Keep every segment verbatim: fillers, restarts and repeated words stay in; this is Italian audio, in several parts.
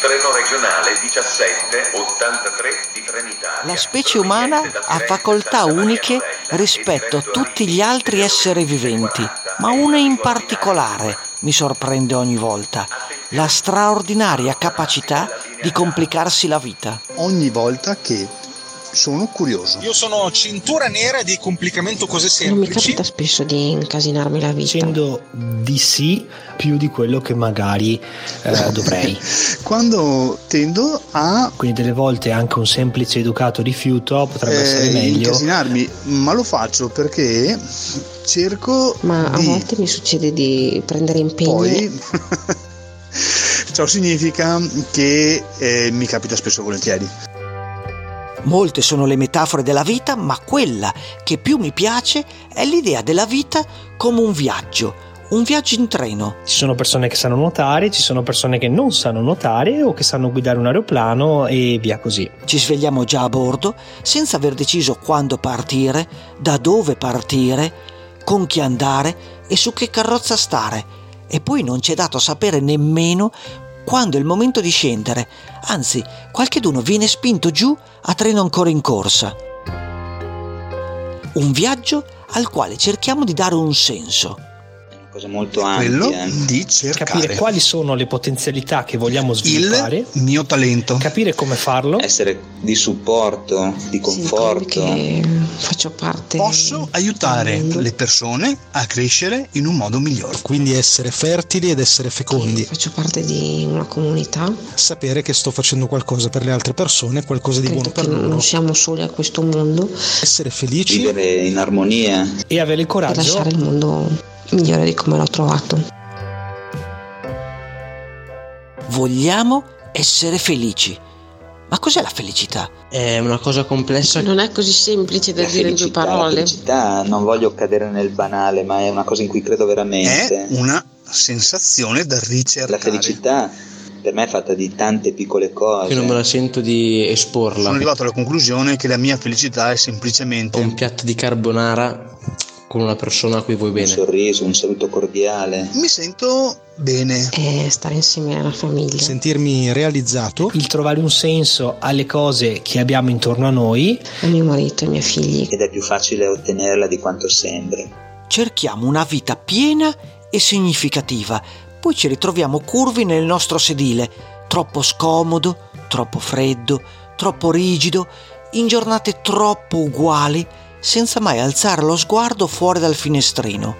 treno regionale diciassette ottantatré di Trenitalia. La specie umana ha facoltà uniche rispetto a tutti gli altri esseri viventi, ma una in particolare mi sorprende ogni volta: la straordinaria capacità di complicarsi la vita. Ogni volta che sono curioso. Io sono cintura nera di complicamento cose semplici. Non mi capita spesso di incasinarmi la vita. Dicendo di sì più di quello che magari eh, dovrei. Quando tendo a... Quindi delle volte anche un semplice educato rifiuto potrebbe eh, essere meglio. Incasinarmi, ma lo faccio perché cerco Ma di... a volte mi succede di prendere impegni. Poi... Ciò significa che eh, mi capita spesso e volentieri. Molte sono le metafore della vita, ma quella che più mi piace è l'idea della vita come un viaggio, un viaggio in treno. Ci sono persone che sanno nuotare, ci sono persone che non sanno nuotare o che sanno guidare un aeroplano e via così. Ci svegliamo già a bordo senza aver deciso quando partire, da dove partire, con chi andare e su che carrozza stare. E poi non c'è dato sapere nemmeno quando è il momento di scendere, anzi, qualcheduno viene spinto giù a treno ancora in corsa. Un viaggio al quale cerchiamo di dare un senso. Cosa molto quello ampia. Di cercare. Capire quali sono le potenzialità che vogliamo sviluppare. Il mio talento. Capire come farlo. Essere di supporto, di conforto. Sì, che faccio parte. Posso aiutare le persone a crescere in un modo migliore. Quindi essere fertili ed essere fecondi. Che faccio parte di una comunità. Sapere che sto facendo qualcosa per le altre persone, qualcosa di Credo buono per che loro. Non siamo soli a questo mondo. Essere felici. Vivere in armonia. E avere il coraggio. E lasciare il mondo migliore di come l'ho trovato. Vogliamo essere felici. Ma cos'è la felicità? È una cosa complessa. Non è così semplice da La dire in due felicità, parole. La felicità, non voglio cadere nel banale, ma è una cosa in cui credo veramente. È una sensazione da ricercare. La felicità per me è fatta di tante piccole cose. Io non me la sento di esporla. Sono arrivato alla conclusione che la mia felicità è semplicemente un piatto di carbonara con una persona a cui vuoi bene. Un sorriso, un saluto cordiale. Mi sento bene. E stare insieme alla famiglia. Sentirmi realizzato. Il trovare un senso alle cose che abbiamo intorno a noi. A mio marito e ai miei figli. Ed è più facile ottenerla di quanto sembri. Cerchiamo una vita piena e significativa, poi ci ritroviamo curvi nel nostro sedile, troppo scomodo, troppo freddo, troppo rigido, in giornate troppo uguali, senza mai alzare lo sguardo fuori dal finestrino.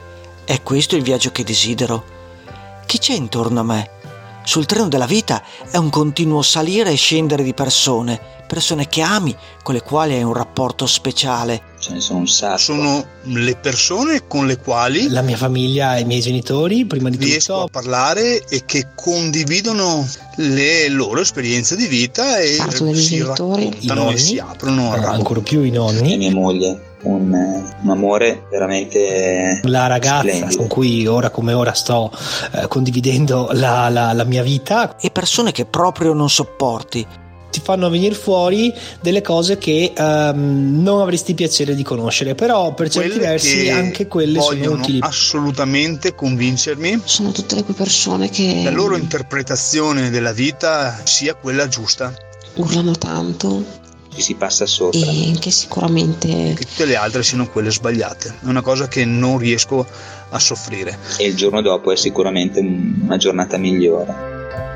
È questo il viaggio che desidero. Chi c'è intorno a me? Sul treno della vita è un continuo salire e scendere di persone, persone che ami, con le quali hai un rapporto speciale. Ce ne sono un sacco. Sono le persone con le quali la mia famiglia e i miei genitori, prima di riesco tutto, a parlare e che condividono le loro esperienze di vita e si raccontano e si aprono a ancora più i nonni. E mia moglie. Un, un amore veramente la ragazza splendido. Con cui ora come ora sto eh, condividendo la, la, la mia vita, e persone che proprio non sopporti. Ti fanno venire fuori delle cose che um, non avresti piacere di conoscere, però per certi quelle versi anche quelle sono utili. Assolutamente convincermi. Sono tutte le persone che la loro interpretazione della vita sia quella giusta. Urlano tanto. Ci si passa sopra. E che sicuramente che tutte le altre siano quelle sbagliate. È una cosa che non riesco a soffrire. E il giorno dopo è sicuramente una giornata migliore.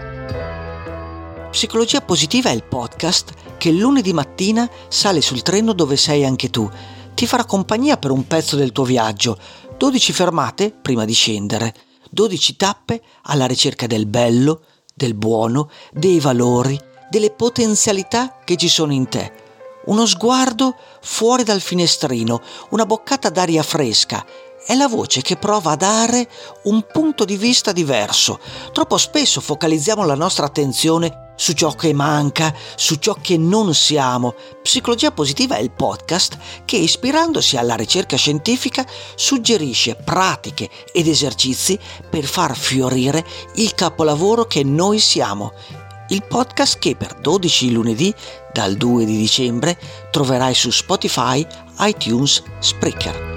Psicologia Positiva è il podcast che lunedì mattina sale sul treno dove sei anche tu. Ti farà compagnia per un pezzo del tuo viaggio. dodici fermate prima di scendere. dodici tappe alla ricerca del bello, del buono, dei valori, delle potenzialità che ci sono in te. Uno sguardo fuori dal finestrino, una boccata d'aria fresca. È la voce che prova a dare un punto di vista diverso. Troppo spesso focalizziamo la nostra attenzione su ciò che manca, su ciò che non siamo. Psicologia Positiva è il podcast che, ispirandosi alla ricerca scientifica, suggerisce pratiche ed esercizi per far fiorire il capolavoro che noi siamo. Il podcast che per dodici lunedì dal due di dicembre troverai su Spotify, iTunes, Spreaker.